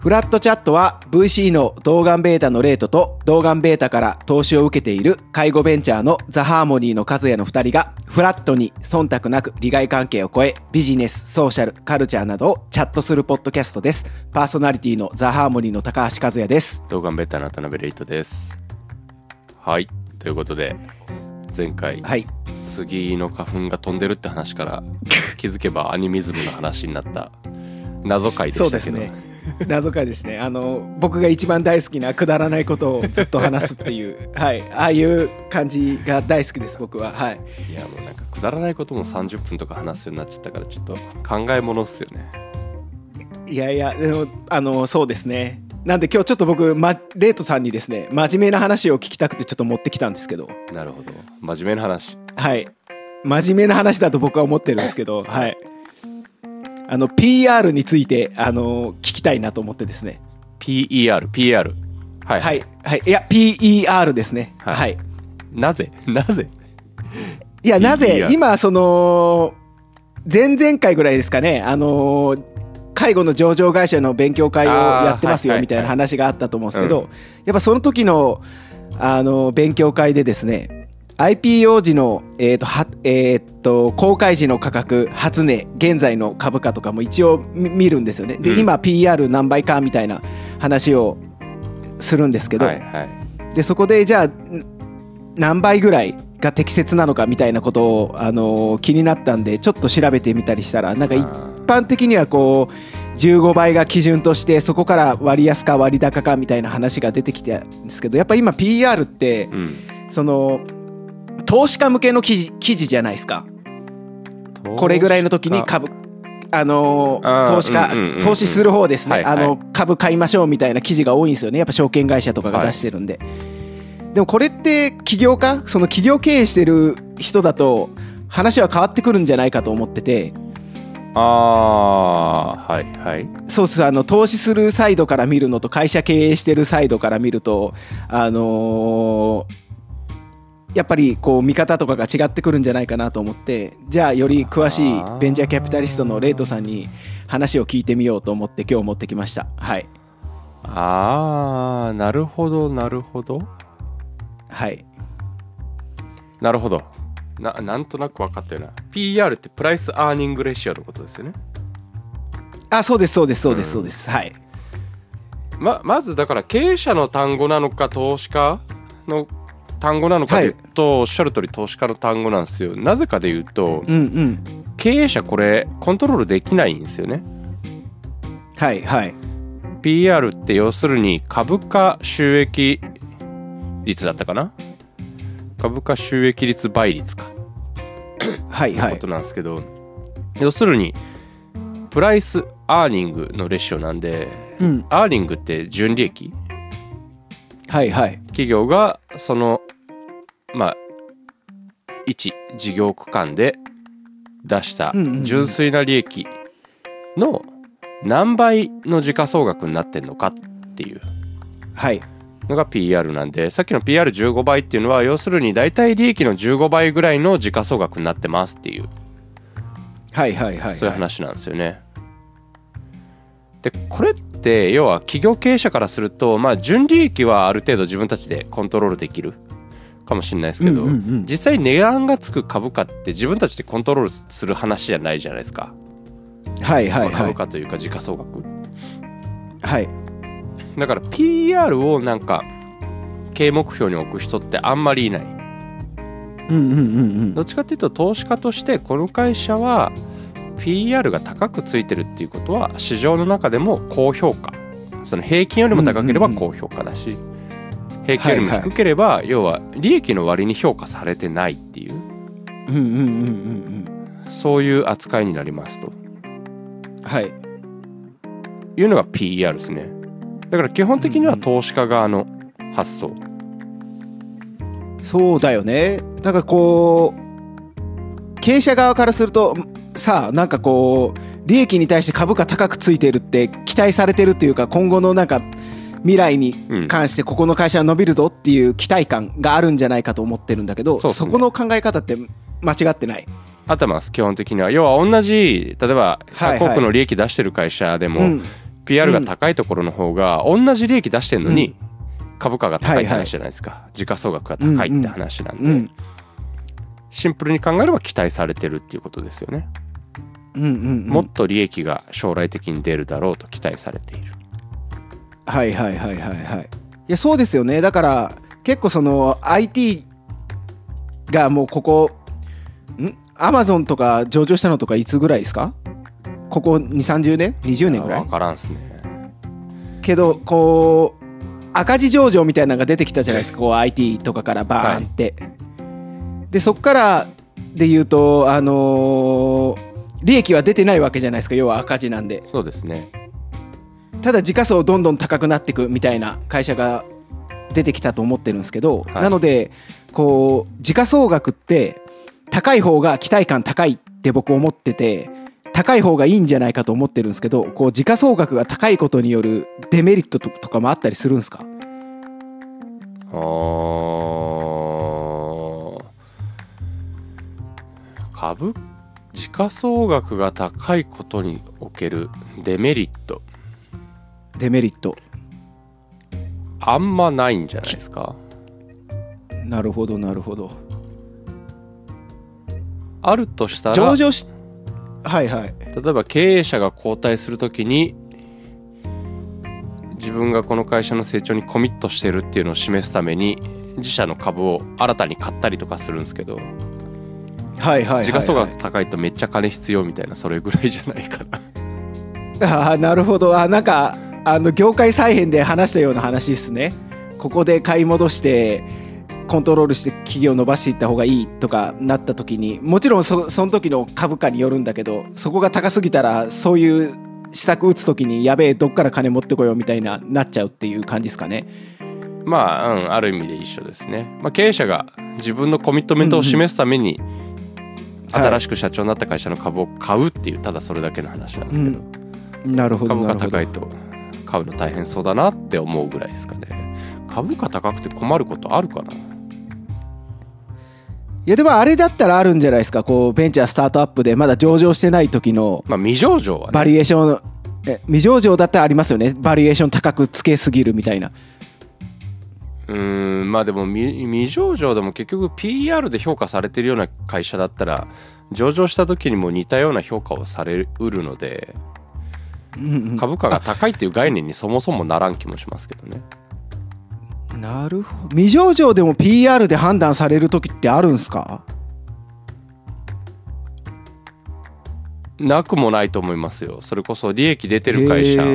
フラットチャットは VC のドーガンベータのレートとドーガンベータから投資を受けている介護ベンチャーのザ・ハーモニーの和也の2人がフラットに忖度なく利害関係を超えビジネス、ソーシャル、カルチャーなどをチャットするポッドキャストです。パーソナリティのザ・ハーモニーの高橋和也です。 ドーガンベータの渡辺レイトです。はい、ということで前回、杉の花粉が飛んでるって話から気づけばアニミズムの話になった謎回でしたけど。 そうですね、謎回ですね。僕が一番大好きなくだらないことをずっと話すっていうはい、ああいう感じが大好きです僕は。はい、 いやもうなんかくだらないことも30分とか話すようになっちゃったからちょっと考えものっすよね。 いやいやでもそうですね。なんで今日ちょっと僕、レイトさんにですね真面目な話を聞きたくてちょっと持ってきたんですけど。 なるほど、真面目な話。はい、 真面目な話だと僕は思ってるんですけどはい、PR について聞きたいなと思ってですね。 PR はいはいはい、いや PER ですね。はい、はい、 なぜいやなぜ今その前々回ぐらいですかね、介護の上場会社の勉強会をやってますよみたいな話があったと思うんですけど、やっぱその時の勉強会でですね IPO 時の公開時の価格、初値、現在の株価とかも一応見るんですよね。で今 PR 何倍かみたいな話をするんですけど、でそこでじゃあ何倍ぐらいが適切なのかみたいなことを気になったんでちょっと調べてみたりしたら、なんか一般的にはこう15倍が基準として、そこから割安か割高かみたいな話が出てきてるんですけど、やっぱ今 PR って、その投資家向けの記事じゃないですか。これぐらいの時に株投資する方ですね、株買いましょうみたいな記事が多いんですよね。やっぱ証券会社とかが出してるんで、でもこれって起業家、その企業経営してる人だと話は変わってくるんじゃないかと思ってて。 はいはい、 そうです。投資するサイドから見るのと会社経営してるサイドから見るとやっぱりこう見方とかが違ってくるんじゃないかなと思って、じゃあより詳しいベンチャーキャピタリストのレイトさんに話を聞いてみようと思って今日持ってきました。はい。 なるほどなるほど。 はい。 なるほど。なんとなく分かったよな。PR ってプライスアーニングレシオのことですよね。 そうですそうですそうですそうです。はい。 まずだから経営者の単語なのか投資家の単語なのかというと、おっしゃる通り投資家の単語なんですよ。なぜかで言うと、経営者これコントロールできないんですよね。 はいはい。 PR って要するに株価収益率だったかな。株価収益率倍率かはいはい、 ことなんですけど、要するにプライスアーニングのレシオなんで、アーニングって純利益、 はいはい、 企業がその一事業区間で出した純粋な利益の何倍の時価総額になってんのかっていうのが PR なんで、さっきの PR15 倍っていうのは要するに大体利益の15倍ぐらいの時価総額になってますっていう、そういう話なんですよね。でこれって要は企業経営者からすると、純利益はある程度自分たちでコントロールできるかもしれないですけど、実際値段がつく株価って自分たちでコントロールする話じゃないじゃないですか。株価というか時価総額。だから PR をなんか経営目標に置く人ってあんまりいない。どっちかっていうと投資家としてこの会社は PR が高くついてるっていうことは市場の中でも高評価、その平均よりも高ければ高評価だし、平均よりも低ければ要は利益の割に評価されてないっていう、そういう扱いになりますと、いうのが PR ですね。だから基本的には投資家側の発想。 そうだよね。だからこう経営者側からするとさあ、なんかこう利益に対して株価高くついてるって期待されてるっていうか、今後のなんか未来に関してここの会社は伸びるぞっていう期待感があるんじゃないかと思ってるんだけど、そこの考え方って間違ってない？ 合ってます。基本的には要は同じ、例えば100億の利益出してる会社でも、 PR が高いところの方が同じ利益出してんのに株価が高いって話じゃないですか。時価総額が高いって話なんで、シンプルに考えれば期待されてるっていうことですよね。もっと利益が将来的に出るだろうと期待されている。 はいはいはいはいはい。いやそうですよね。だから結構その IT がもうここアマゾンとか上場したのとかいつぐらいですか？ここ2、30年20年ぐらい？ 分からんっすね。 けどこう赤字上場みたいなのが出てきたじゃないですか、こう IT とかからバーンって、でそっからで言うと利益は出てないわけじゃないですか、要は赤字なんで。 そうですね。 ただ時価総どんどん高くなっていくみたいな会社が出てきたと思ってるんですけど、なのでこう時価総額って高い方が期待感高いって僕思ってて、高い方がいいんじゃないかと思ってるんですけど、こう時価総額が高いことによるデメリットとかもあったりするんですか？ 時価総額が高いことにおけるデメリットあんまないんじゃないですか。 なるほどなるほど。 あるとしたら上場しはいはい。 例えば経営者が交代するときに自分がこの会社の成長にコミットしてるっていうのを示すために自社の株を新たに買ったりとかするんですけど、時価総額高いとめっちゃ金必要みたいな、それぐらいじゃないかな。 なるほど。なんか業界再編で話したような話ですね。ここで買い戻してコントロールして企業を伸ばしていった方がいいとかなった時に、もちろんその時の株価によるんだけど、そこが高すぎたらそういう施策打つ時にやべえどっから金持ってこようみたいなっちゃうっていう感じですかね。 ある意味で一緒ですね。経営者が自分のコミットメントを示すために新しく社長になった会社の株を買うっていう、ただそれだけの話なんですけど、 なるほど。 株価高いと買うの大変そうだなって思うぐらいですかね。株価高くて困ることあるかな。 いやでもあれだったらあるんじゃないですか。こうベンチャースタートアップでまだ上場してない時の未上場はね、 バリエーション未上場だったらありますよね。バリエーション高くつけすぎるみたいな。 でも未上場でも結局 PR で評価されてるような会社だったら上場した時にも似たような評価をされうるので、株価が高いっていう概念にそもそもならん気もしますけどね。 なるほど。未上場でも PR で判断される時ってあるんすか？ なくもないと思いますよ。それこそ利益出てる会社、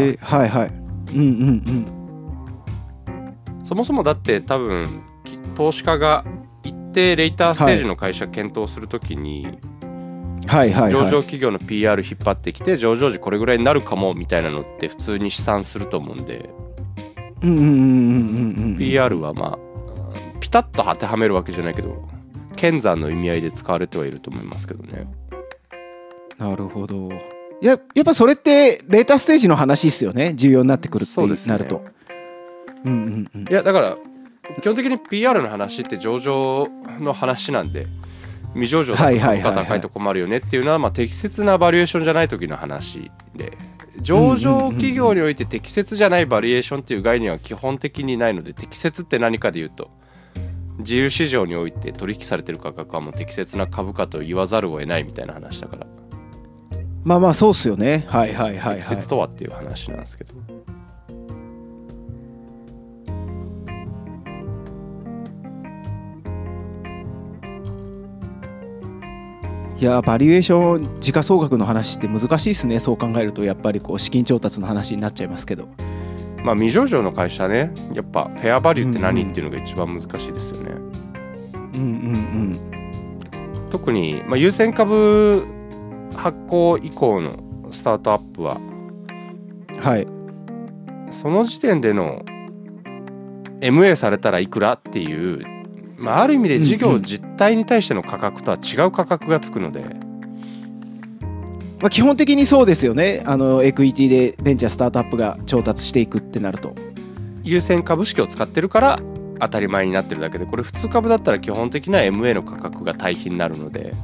そもそもだって多分投資家が一定レイターステージの会社検討するときに、上場企業の PR 引っ張ってきて上場時これぐらいになるかもみたいなのって普通に試算すると思うんで、PR はピタッと当てはめるわけじゃないけど剣山の意味合いで使われてはいると思いますけどね。 なるほど。やっぱそれってレーターステージの話ですよね。重要になってくるってなると。 いやだから基本的に PR の話って上場の話なんで、未上場だと株価高いと困るよねっていうのは適切なバリエーションじゃない時の話で、上場企業において適切じゃないバリエーションっていう概念は基本的にないので、適切って何かで言うと自由市場において取引されてる価格はもう適切な株価と言わざるを得ないみたいな話だから、 そうっすよね。適切とはっていう話なんですけど、 いやバリエーション時価総額の話って難しいですね。そう考えるとやっぱりこう資金調達の話になっちゃいますけど、 未上場の会社ね、やっぱフェアバリューって何っていうのが一番難しいですよね。特に、優先株発行以降のスタートアップは、その時点での MA されたらいくらっていう、ある意味で事業実態に対しての価格とは違う価格がつくので、 基本的にそうですよね。エクイティでベンチャースタートアップが調達していくってなると、 優先株式を使ってるから当たり前になってるだけで、これ普通株だったら基本的な MA の価格が対比になるので。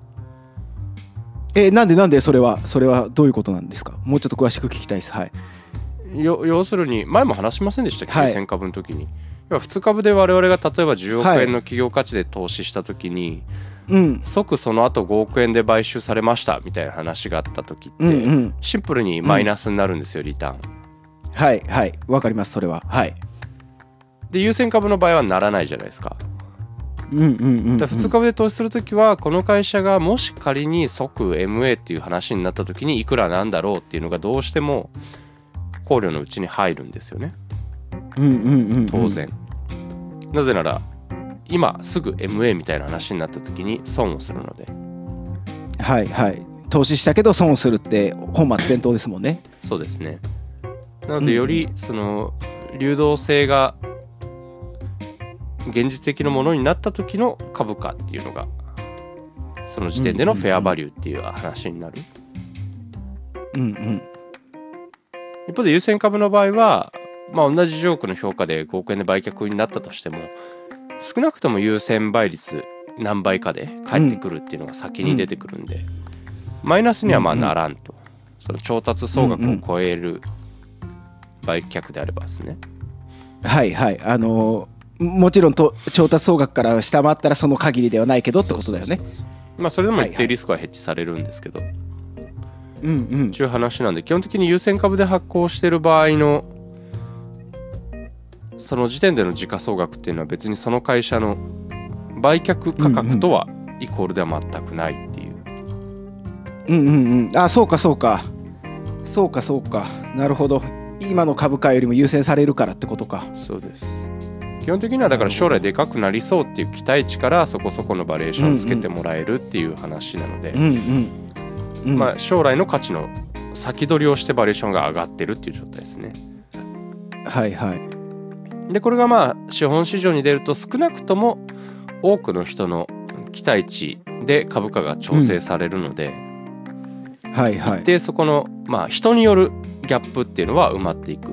なんでそれはどういうことなんですか？もうちょっと詳しく聞きたいです。 要するに前も話しませんでしたっけ、優先株の時に。要は普通株で我々が例えば10億円の企業価値で投資した時に、即その後5億円で買収されましたみたいな話があった時って、シンプルにマイナスになるんですよ、リターン。 はいはい、わかります、それは。はい。 で優先株の場合はならないじゃないですか。普通株で投資するときはこの会社がもし仮に即 MA っていう話になったときにいくらなんだろうっていうのがどうしても考慮のうちに入るんですよね。当然。なぜなら今すぐ MA みたいな話になったときに損をするので。 はいはい。投資したけど損をするって本末転倒ですもんね。 そうですね。なのでよりその流動性が現実的なものになった時の株価っていうのがその時点でのフェアバリューっていう話になる。一方で優先株の場合は、同じ10億の評価で5億円で売却になったとしても少なくとも優先倍率何倍かで返ってくるっていうのが先に出てくるんで、マイナスにはならんと。その調達総額を超える売却であればですね。 はいはい。もちろん調達総額から下回ったらその限りではないけどってことだよね。 それでも一定リスクはヘッジされるんですけど、っていう話なんで、基本的に優先株で発行している場合のその時点での時価総額っていうのは別にその会社の売却価格とはイコールでは全くないっていう。 あ、そうかそうかそうかそうか、なるほど。今の株価よりも優先されるからってことか。 そうです。基本的にはだから将来でかくなりそうっていう期待値からそこそこのバリエーションをつけてもらえるっていう話なので、将来の価値の先取りをしてバリエーションが上がってるっていう状態ですね。 はいはい。 でこれが資本市場に出ると少なくとも多くの人の期待値で株価が調整されるので、一定そこの人によるギャップっていうのは埋まっていく。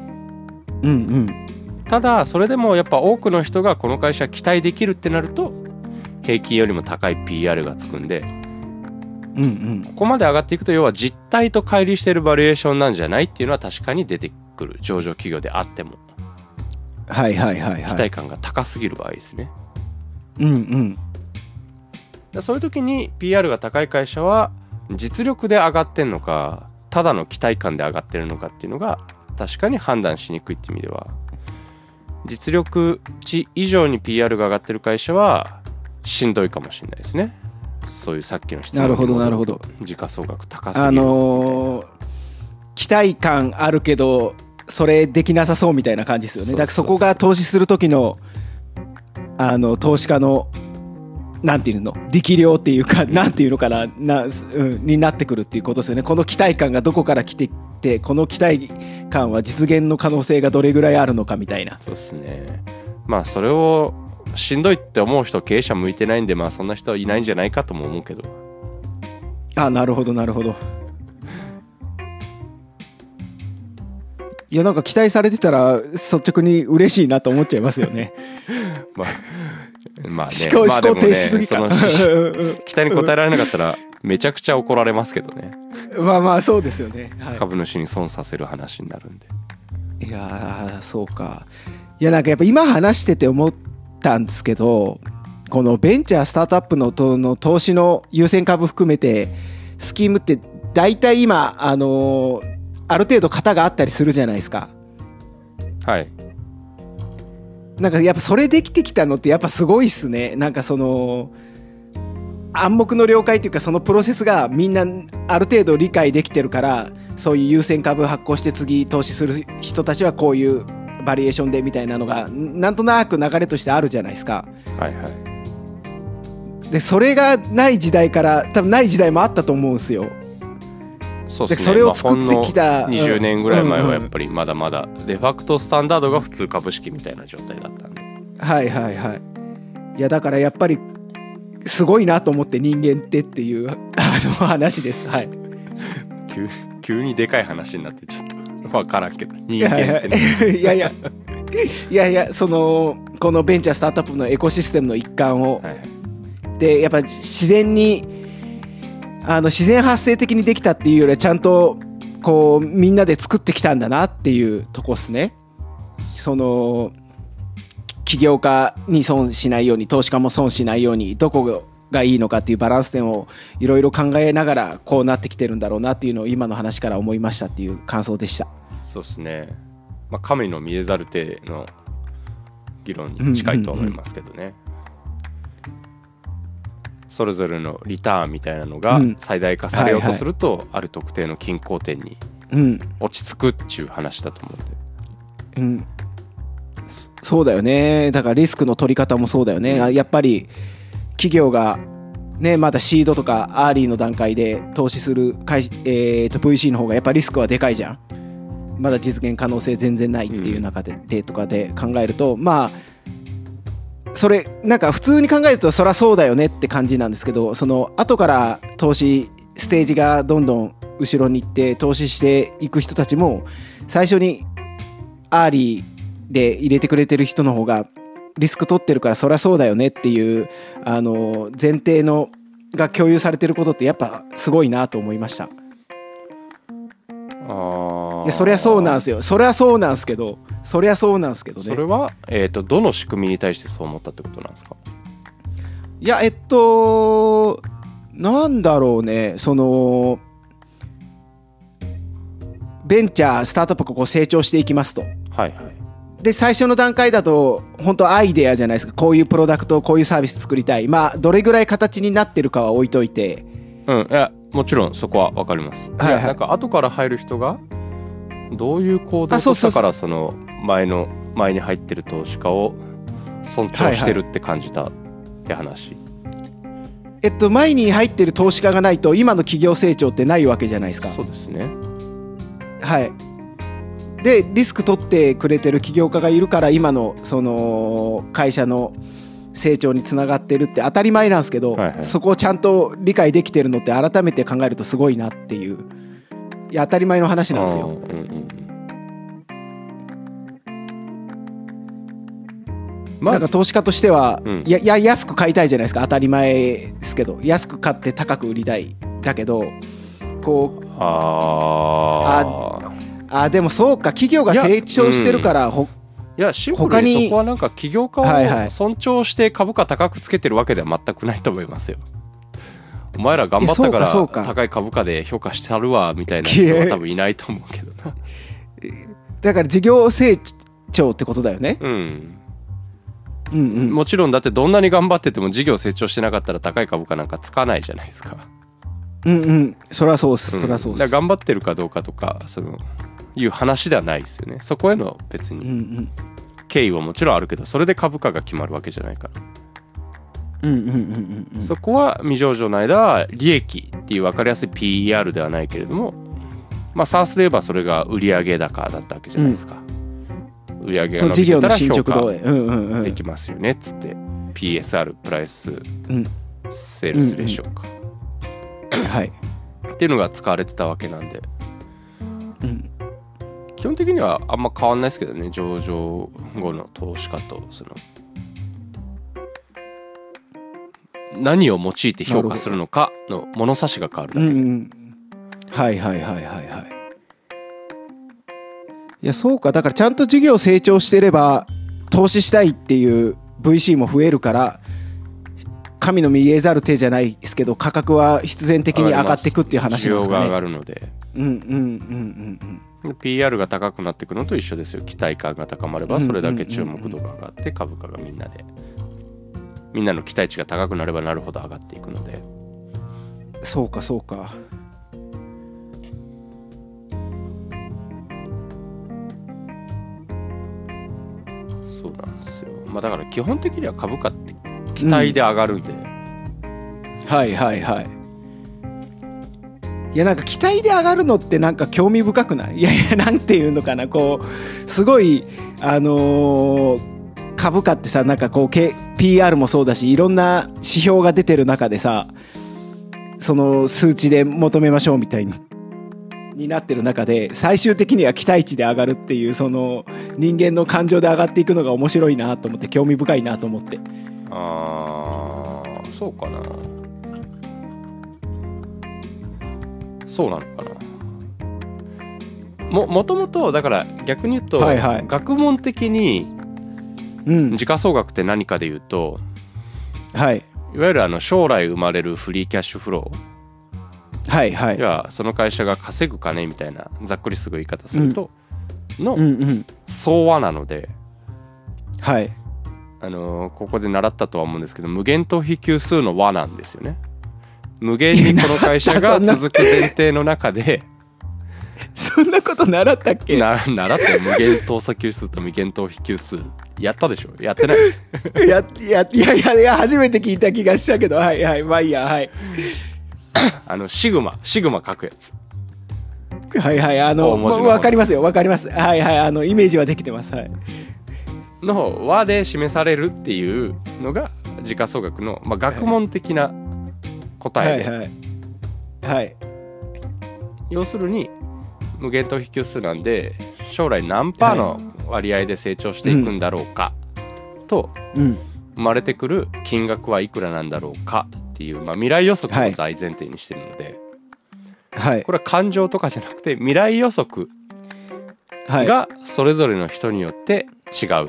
ただそれでもやっぱ多くの人がこの会社期待できるってなると平均よりも高い PR がつくんで、ここまで上がっていくと要は実態と乖離しているバリエーションなんじゃないっていうのは確かに出てくる。上場企業であっても期待感が高すぎる場合ですね。そういう時に PR が高い会社は実力で上がってんのかただの期待感で上がってるのかっていうのが確かに判断しにくいって意味では、実力値以上に PR が上がってる会社はしんどいかもしれないですね。そういうさっきの質問に戻ると時価総額高すぎる、 期待感あるけどそれできなさそうみたいな感じですよね。だからそこが投資する時の投資家のなんていうの力量っていうかなんていうのかなになってくるっていうことですよね。この期待感がどこから来ててこの期待感は実現の可能性がどれぐらいあるのかみたいな。 そうですね。それをしんどいって思う人経営者向いてないんでそんな人はいないんじゃないかとも思うけど。 なるほどなるほど。いやなんか期待されてたら率直に嬉しいなと思っちゃいますよね。思考停止すぎか。 期待に応えられなかったらめちゃくちゃ怒られますけどね。 そうですよね、 株主に損させる話になるんで。 いやそうか。いやなんかやっぱ今話してて思ったんですけど、このベンチャースタートアップの投資の優先株含めてスキームって大体今ある程度型があったりするじゃないですか。 はい。 なんかやっぱそれできてきたのってやっぱすごいっすね。なんかその暗黙の了解っていうかそのプロセスがみんなある程度理解できてるから、そういう優先株発行して次投資する人たちはこういうバリエーションでみたいなのがなんとなく流れとしてあるじゃないですか。でそれがない時代から多分ない時代もあったと思うんですよ。 そうですね。 それを作ってきた、 20年ぐらい前はやっぱりまだまだデファクトスタンダードが普通株式みたいな状態だったんで。いやだからやっぱりすごいなと思って人間ってっていう話です。 急にでかい話になってちょっと分からんけど人間ってね。 いやそのこのベンチャースタートアップのエコシステムの一環を、でやっぱ自然発生的にできたっていうよりはちゃんとこうみんなで作ってきたんだなっていうとこっすね。その起業家に損しないように投資家も損しないようにどこがいいのかっていうバランス点をいろいろ考えながらこうなってきてるんだろうなっていうのを今の話から思いましたっていう感想でした。 そうですね、まあ、神の見えざる手の議論に近いと思いますけどね、それぞれのリターンみたいなのが最大化されようとすると、ある特定の均衡点に落ち着くっていう話だと思うんで、 そうだよね。だからリスクの取り方もそうだよね。やっぱり企業がねまだシードとかアーリーの段階で投資するVC の方がやっぱリスクはでかいじゃん。まだ実現可能性全然ないっていう中で、とかで考えると、まあそれなんか普通に考えるとそりゃそうだよねって感じなんですけど、その後から投資ステージがどんどん後ろに行って投資していく人たちも最初にアーリーで入れてくれてる人の方がリスク取ってるからそりゃそうだよねっていう前提のが共有されてることってやっぱすごいなと思いました。いやそりゃそうなんですよ。そりゃそうなんですけどね。 それは、どの仕組みに対してそう思ったってことなんですか？ いやなんだろうね、そのベンチャースタートアップがこう成長していきますと。はいはい。で最初の段階だと本当アイデアじゃないですか。こういうプロダクトこういうサービス作りたい。まあどれぐらい形になってるかは置いといて、 いやもちろんそこは分かります。はいはい、なんか後から入る人がどういう行動をしたからその前に入ってる投資家を尊重してるって感じたって話。 前に入ってる投資家がないと今の企業成長ってないわけじゃないですか。 そうですね。 はい。でリスク取ってくれてる起業家がいるから今のその会社の成長につながってるって当たり前なんですけど、はいはい、そこをちゃんと理解できてるのって改めて考えるとすごいなっていう、いや当たり前の話なんですよ。なんか投資家としては、安く買いたいじゃないですか。当たり前ですけど安く買って高く売りたい。だけどこうでもそうか、企業が成長してるからいやシンプルにそこはなんか起業家を尊重して株価高くつけてるわけでは全くないと思いますよ。お前ら頑張ったから高い株価で評価してあるわみたいな人は多分いないと思うけどな。 だから事業成長ってことだよね。 もちろんだってどんなに頑張ってても事業成長してなかったら高い株価なんかつかないじゃないですか。 そりゃそうっす、そりゃそうっす。 だから頑張ってるかどうかとかそのいう話ではないですよね。そこへの別に経緯はもちろんあるけどそれで株価が決まるわけじゃないから、そこは未上場の間は利益っていう分かりやすい PR ではないけれども、まあサースで言えばそれが売上高だったわけじゃないですか。売上が伸びてたら評価できますよねっつって PSR プライスセールスレショーか、 はいっていうのが使われてたわけなんで、基本的にはあんま変わんないですけどね。上場後の投資家とその何を用いて評価するのかの物差しが変わるだけで、 はい。いやそうか、だからちゃんと事業成長してれば投資したいっていう VC も増えるから神の見えざる手じゃないですけど価格は必然的に上がっていくっていう話なんですかね。 需要が上がるので、PR が高くなっていくのと一緒ですよ。期待感が高まればそれだけ注目度が上がって株価がみんなの期待値が高くなればなるほど上がっていくので。 そうかそうなんですよ。まあだから基本的には株価って期待で上がるんで、 はい。いやなんか期待で上がるのってなんか興味深くない？いやなんていうのかな、こうすごい株価ってさなんかこう PR もそうだしいろんな指標が出てる中でさその数値で求めましょうみたいになってる中で最終的には期待値で上がるっていうその人間の感情で上がっていくのが面白いなと思って興味深いなと思って。 そうかな。そうなのかな。 もともとだから逆に言うと、 はいはい、 学問的に時価総額って何かで言うと、 はい、 いわゆる将来生まれるフリーキャッシュフロー、はいはい、 要はその会社が稼ぐ金みたいなざっくりすぐ言い方すると、の総和なので、 はい、 ここで習ったとは思うんですけど、無限と比級数の和なんですよね。無限にこの会社が続く前提の中でそんなこと習ったっけ？ 習ったよ。無限等差級数と無限等比級数やったでしょ？やってないいや初めて聞いた気がしたけど、はいはい、まあいいや、はいシグマ書くやつ、 はいはい、わかりますよ、わかります、はいはい、イメージはできてます、はい、 の和で示されるっていうのが時価総額の、まあ、学問的な答えで、 はいはいはい、 要するに無限等比級数なんで将来何パーの割合で成長していくんだろうかと、生まれてくる金額はいくらなんだろうかっていう、まあ、未来予測を大前提にしてるので、 はい、 これは感情とかじゃなくて未来予測がそれぞれの人によって違うと、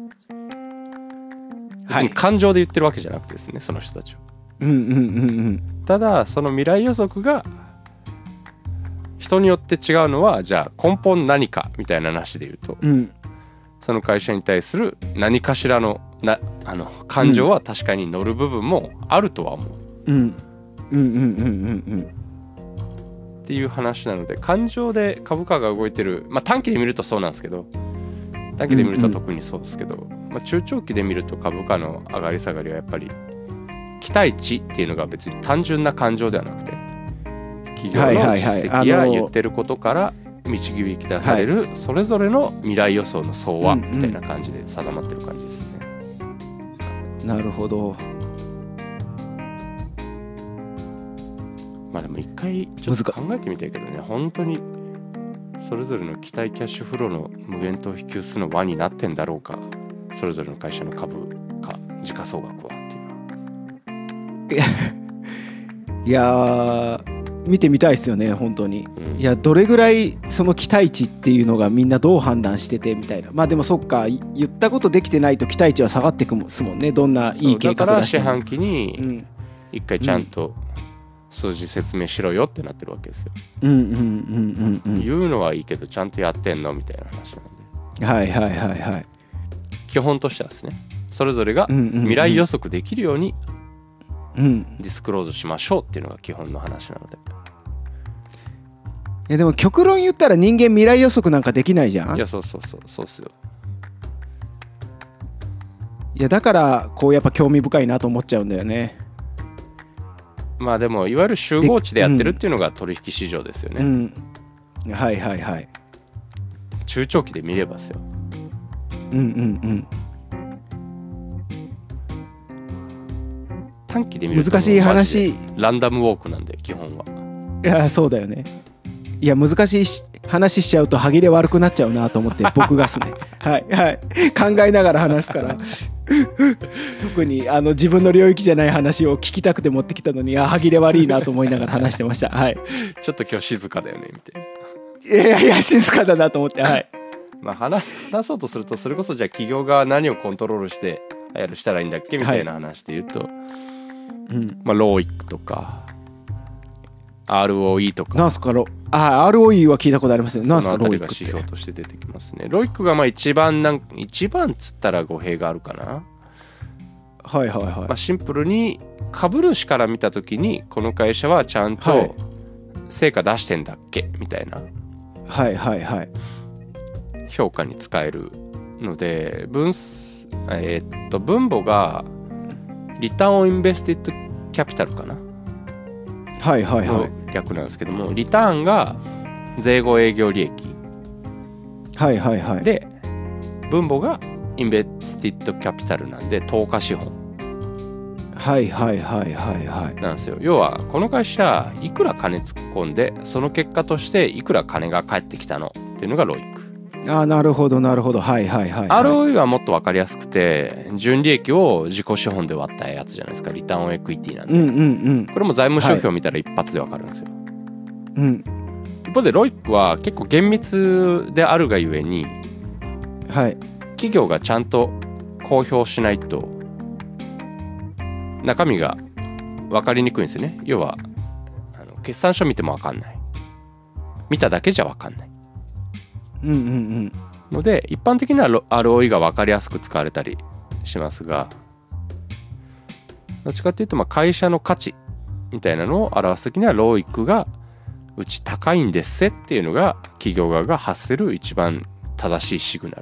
別に感情で言ってるわけじゃなくてですね、その人たちは。ただその未来予測が人によって違うのは、じゃあ根本何かみたいな話で言うと、その会社に対する何かしらの感情は確かに乗る部分もあるとは思う。っていう話なので、感情で株価が動いてる、まあ短期で見るとそうなんですけど、短期で見ると特にそうですけど、まあ、中長期で見ると株価の上がり下がりはやっぱり期待値っていうのが別に単純な感情ではなくて、企業の実績や言ってることから導き出されるそれぞれの未来予想の総和みたいな感じで定まってる感じですね。 なるほど。 まあでも一回ちょっと考えてみたいけどね、本当にそれぞれの期待キャッシュフローの無限等比級数の和になってんだろうか、それぞれの会社の株価時価総額はっていうのは。 いや見てみたいですよね本当に、いやどれぐらいその期待値っていうのがみんなどう判断しててみたいな。まあでもそっか、言ったことできてないと期待値は下がってくますもんね、どんないい計画出しても。 だから四半期に一回ちゃんと数字説明しろよってなってるわけですよ。言うのはいいけどちゃんとやってんのみたいな話なんで、 はいはいはいはい、 基本としてはですね、それぞれが未来予測できるようにディスクローズしましょうっていうのが基本の話なので。 いやでも極論言ったら人間未来予測なんかできないじゃん。 いやそうっすよ。 いやだからこうやっぱ興味深いなと思っちゃうんだよね。 まあでもいわゆる集合値でやってるっていうのが取引市場ですよね。 はいはいはい。 中長期で見ればですよ。短期で見ると難しい話、 ランダムウォークなんで基本は。 いやそうだよね。いや難しい話しちゃうと歯切れ悪くなっちゃうなと思って僕がすねはいはい考えながら話すから特に自分の領域じゃない話を聞きたくて持ってきたのに、歯切れ悪いなと思いながら話してました。はい。 ちょっと今日静かだよねみたいな。 いや静かだなと思って、はい。 まあ話そうとすると、それこそじゃあ企業が何をコントロールしてしたらいいんだっけみたいな話で言うと、まあROICとかROE とか。 なんすかROE は聞いたことありますね。なんすか ROIC って。そのあたりが指標として出てきますね。ROIC がまあ一番つったら語弊があるかな。 はいはいはい。 まあ、シンプルに株主から見たときにこの会社はちゃんと成果出してんだっけみたいな。 はいはいはい。 評価に使えるので、分母がリターンオンインベスティッドキャピタルかな。 はいはいはい。 略なんですけども、リターンが税後営業利益。 はいはいはい。 で、分母がインベスティッドキャピタルなんで投下資本。 はいはいはいはいはい。 なんですよ。要はこの会社いくら金突っ込んで、その結果としていくら金が返ってきたのっていうのが ROIC。 なるほどなるほど。はいはいはい、はい。 ROE はもっと分かりやすくて、純利益を自己資本で割ったやつじゃないですか。リターンオンエクイティなんで、これも財務諸表見たら一発で分かるんですよ。 一方でロイックは結構厳密であるがゆえに、 はい、 企業がちゃんと公表しないと中身が分かりにくいんですよね。要は決算書見ても分かんない、見ただけじゃ分かんない、 うんうんうん、 ので一般的には ROE が分かりやすく使われたりしますが、どっちかっていうと会社の価値みたいなのを表すときには ROIC がうち高いんですせっていうのが企業側が発せる一番正しいシグナ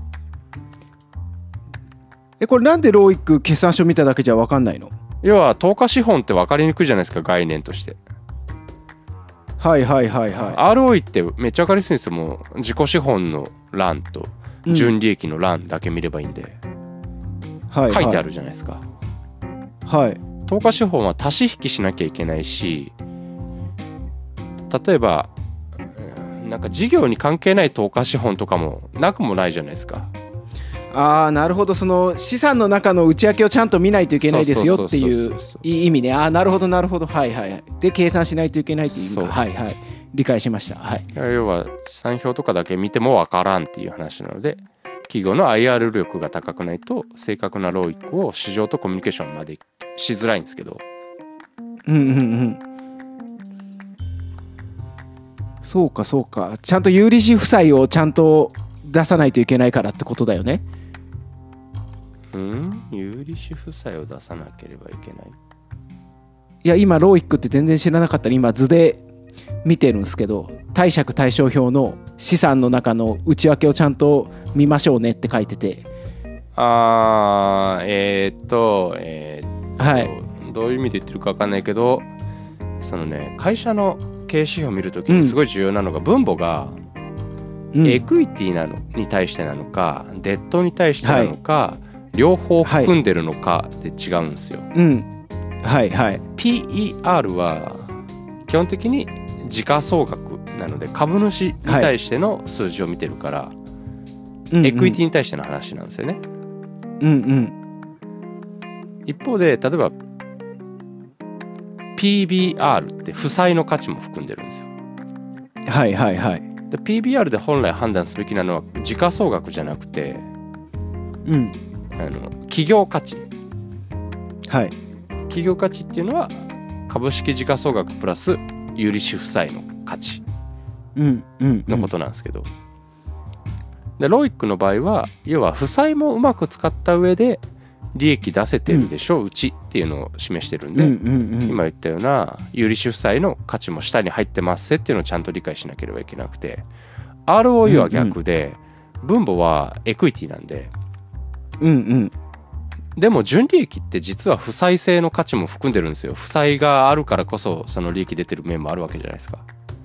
ル。 これなんで ROIC 決算書見ただけじゃ分かんないの？ 要は等価資本って分かりにくいじゃないですか、概念として。 はいはいはいはい。 ROE ってめっちゃ分かりやすいんですよ。もう自己資本の欄と純利益の欄だけ見ればいいんで、 はいはい、 書いてあるじゃないですか。 はい。 等価資本は足し引きしなきゃいけないし、例えばなんか事業に関係ない等価資本とかもなくもないじゃないですか。 ああ、なるほど。その資産の中の内訳をちゃんと見ないといけないですよっていう意味ね。ああ、なるほどなるほど。はいはい。で計算しないといけないという意味か。はいはい。理解しました。はい。 要は資産表とかだけ見ても分からんっていう話なので、企業の IR 力が高くないと正確な ROIC を市場とコミュニケーションまでしづらいんですけど。 うんうんうん。そうかそうか。ちゃんと有利子負債をちゃんと出さないといけないからってことだよね。 有利子負債を出さなければいけない。 いや今 ROIC って全然知らなかったら今図で見てるんですけど、貸借対照表の資産の中の内訳をちゃんと見ましょうねって書いてて、 はい、どういう意味で言ってるか分かんないけど、そのね、会社の経営指標を見るときにすごい重要なのが、分母がエクイティなのに対してなのか、デッドに対してなのか、両方含んでるのかで違うんですよ。 はいはい。 PER は基本的に時価総額なので株主に対しての数字を見てるから、エクイティに対しての話なんですよね。一方で例えば PBR って負債の価値も含んでるんですよ。 はいはいはい。 で PBR で本来判断すべきなのは時価総額じゃなくて、企業価値。 はい。 企業価値っていうのは株式時価総額プラス有利子負債の価値のことなんですけど、でロイックの場合は要は負債もうまく使った上で利益出せてるでしょ、うちっていうのを示してるんで、今言ったような有利子負債の価値も下に入ってますっていうのをちゃんと理解しなければいけなくて、 ROE は逆で、分母はエクイティなんで、でも純利益って実は負債性の価値も含んでるんですよ。負債があるからこそその利益出てる面もあるわけじゃないですか。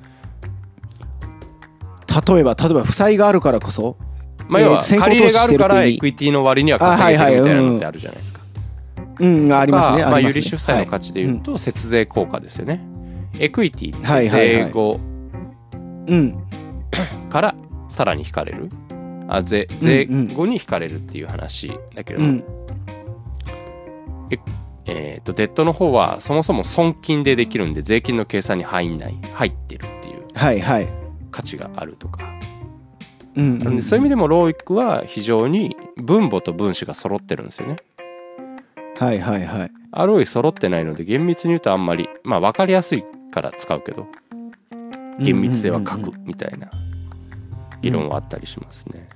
例えば負債があるからこそ、 要は借り入れがあるからエクイティの割には稼げてるみたいなのってあるじゃないですか。 ありますね。 有利子負債の価値でいうと節税効果ですよね。エクイティって税後からさらに引かれる、税後に引かれるっていう話だけれども、デッドの方はそもそも損金でできるんで税金の計算に入ってるっていう価値があるとか、そういう意味でもローイックは非常に分母と分子が揃ってるんですよね。ROE 揃ってないので厳密に言うとあんまり分かりやすいから使うけど厳密性は欠くみたいな議論はあったりしますね。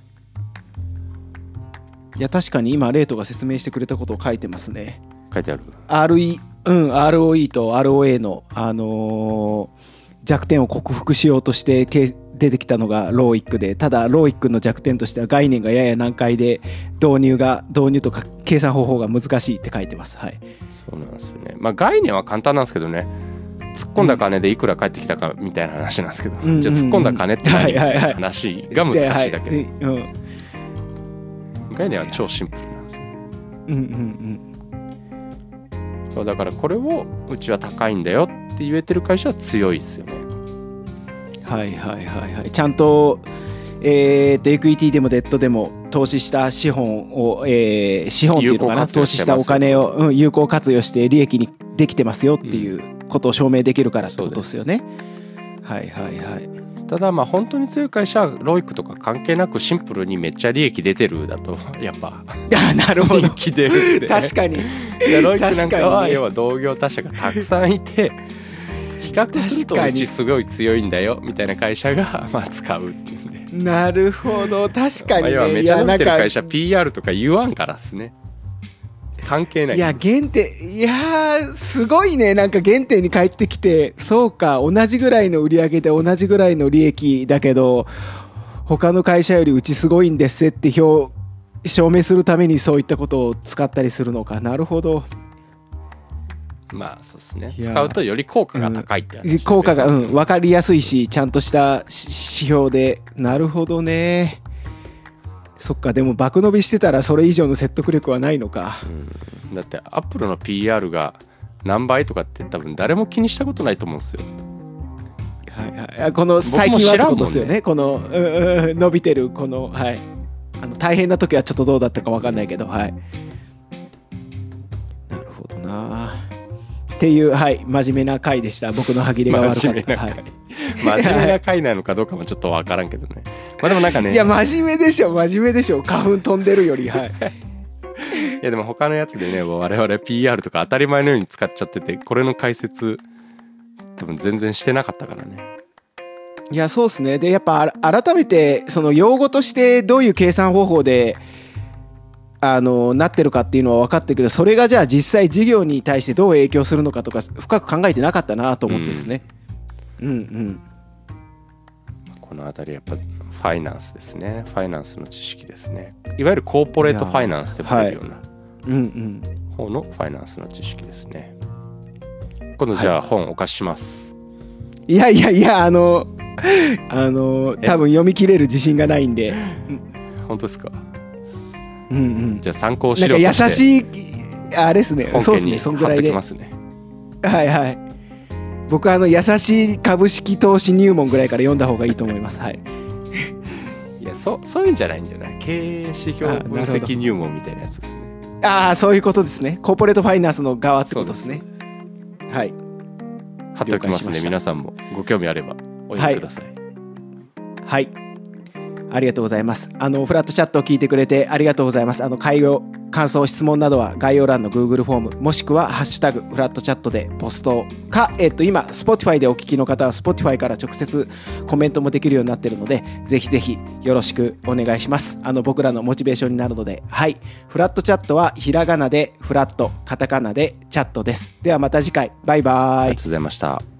いや確かに今レートが説明してくれたことを書いてますね。 書いてある。 ROE と ROA の、弱点を克服しようとして出てきたのがローイックで、ただローイックの弱点としては概念がやや難解で導入とか計算方法が難しいって書いてます。はい。 そうなんですよね。概念は簡単なんですけどね、突っ込んだ金でいくら返ってきたかみたいな話なんですけど、じゃあ突っ込んだ金って何みたいな話が難しいだけで、概念は超シンプルなんですよ。そうだからこれをうちは高いんだよって言えてる会社は強いですよね。 ちゃんと、エクイティでもデッドでも投資した資本っていうのかな、投資したお金を、有効活用して利益にできてますよっていうことを証明できるからってことですよね。 はいはいはい。 ただまあ本当に強い会社はロイクとか関係なくシンプルにめっちゃ利益出てるだとやっぱいやなるほど人気出るんで確かにロイクなんかは要は同業他社がたくさんいて比較するとうちすごい強いんだよみたいな会社がまあ使うっていうんで。なるほど確かにね。 要はめちゃ伸びてる会社 PR とか言わんからっすね。関係ない。 いや原点、いやすごいね。なんか原点に帰ってきて、そうか同じぐらいの売り上げで同じぐらいの利益だけど他の会社よりうちすごいんですって証明するためにそういったことを使ったりするのか。なるほど。 まあそうですね。使うとより効果が高いって話、 効果が分かりやすいしちゃんとした指標で。なるほどね。そっか。でも爆伸びしてたらそれ以上の説得力はないのか。 だってアップルの PR が何倍とかって多分誰も気にしたことないと思うんですよ。 はいはい、この最近はってことですよね。この伸びてるこの、はい、大変な時はちょっとどうだったか分かんないけど、はい、なるほどなっていう、はい、真面目な回でした。僕の歯切れが悪かった。真面目な回なのかどうかもちょっと分からんけどね。まあでもなんかね、 いや真面目でしょ花粉飛んでるより。はい。 いやでも他のやつでね我々 PR とか当たり前のように使っちゃってて、これの解説多分全然してなかったからね。 いやそうですね。でやっぱ改めてその用語としてどういう計算方法でなってるかっていうのは分かってくる。それがじゃあ実際事業に対してどう影響するのかとか深く考えてなかったなと思ってですね。 このあたりやっぱファイナンスですね。ファイナンスの知識ですね。いわゆるコーポレートファイナンスって呼ばれるような方のファイナンスの知識ですね。今度じゃあ本お貸しします。 いや多分読み切れる自信がないんで。 本当ですか。じゃあ参考資料としてなんか優しいあれですね。 本件に貼っときますね。 はいはい。僕は優しい株式投資入門ぐらいから読んだ方がいいと思います。はい。 いやそういうんじゃないんじゃない。経営指標分析入門みたいなやつですね。 ああそういうことですね。コーポレートファイナンスの側ってことですね。はい。 貼っておきますね。皆さんもご興味あればお読みください。 はい。ありがとうございます。フラットチャットを聞いてくれてありがとうございます。会話、感想、質問などは概要欄の Google フォームもしくはハッシュタグフラットチャットでポストか、今 Spotify でお聞きの方は Spotify から直接コメントもできるようになっているので、ぜひぜひよろしくお願いします。僕らのモチベーションになるので、はい。フラットチャットはひらがなでフラット、カタカナでチャットです。ではまた次回。バイバイ。 ありがとうございました。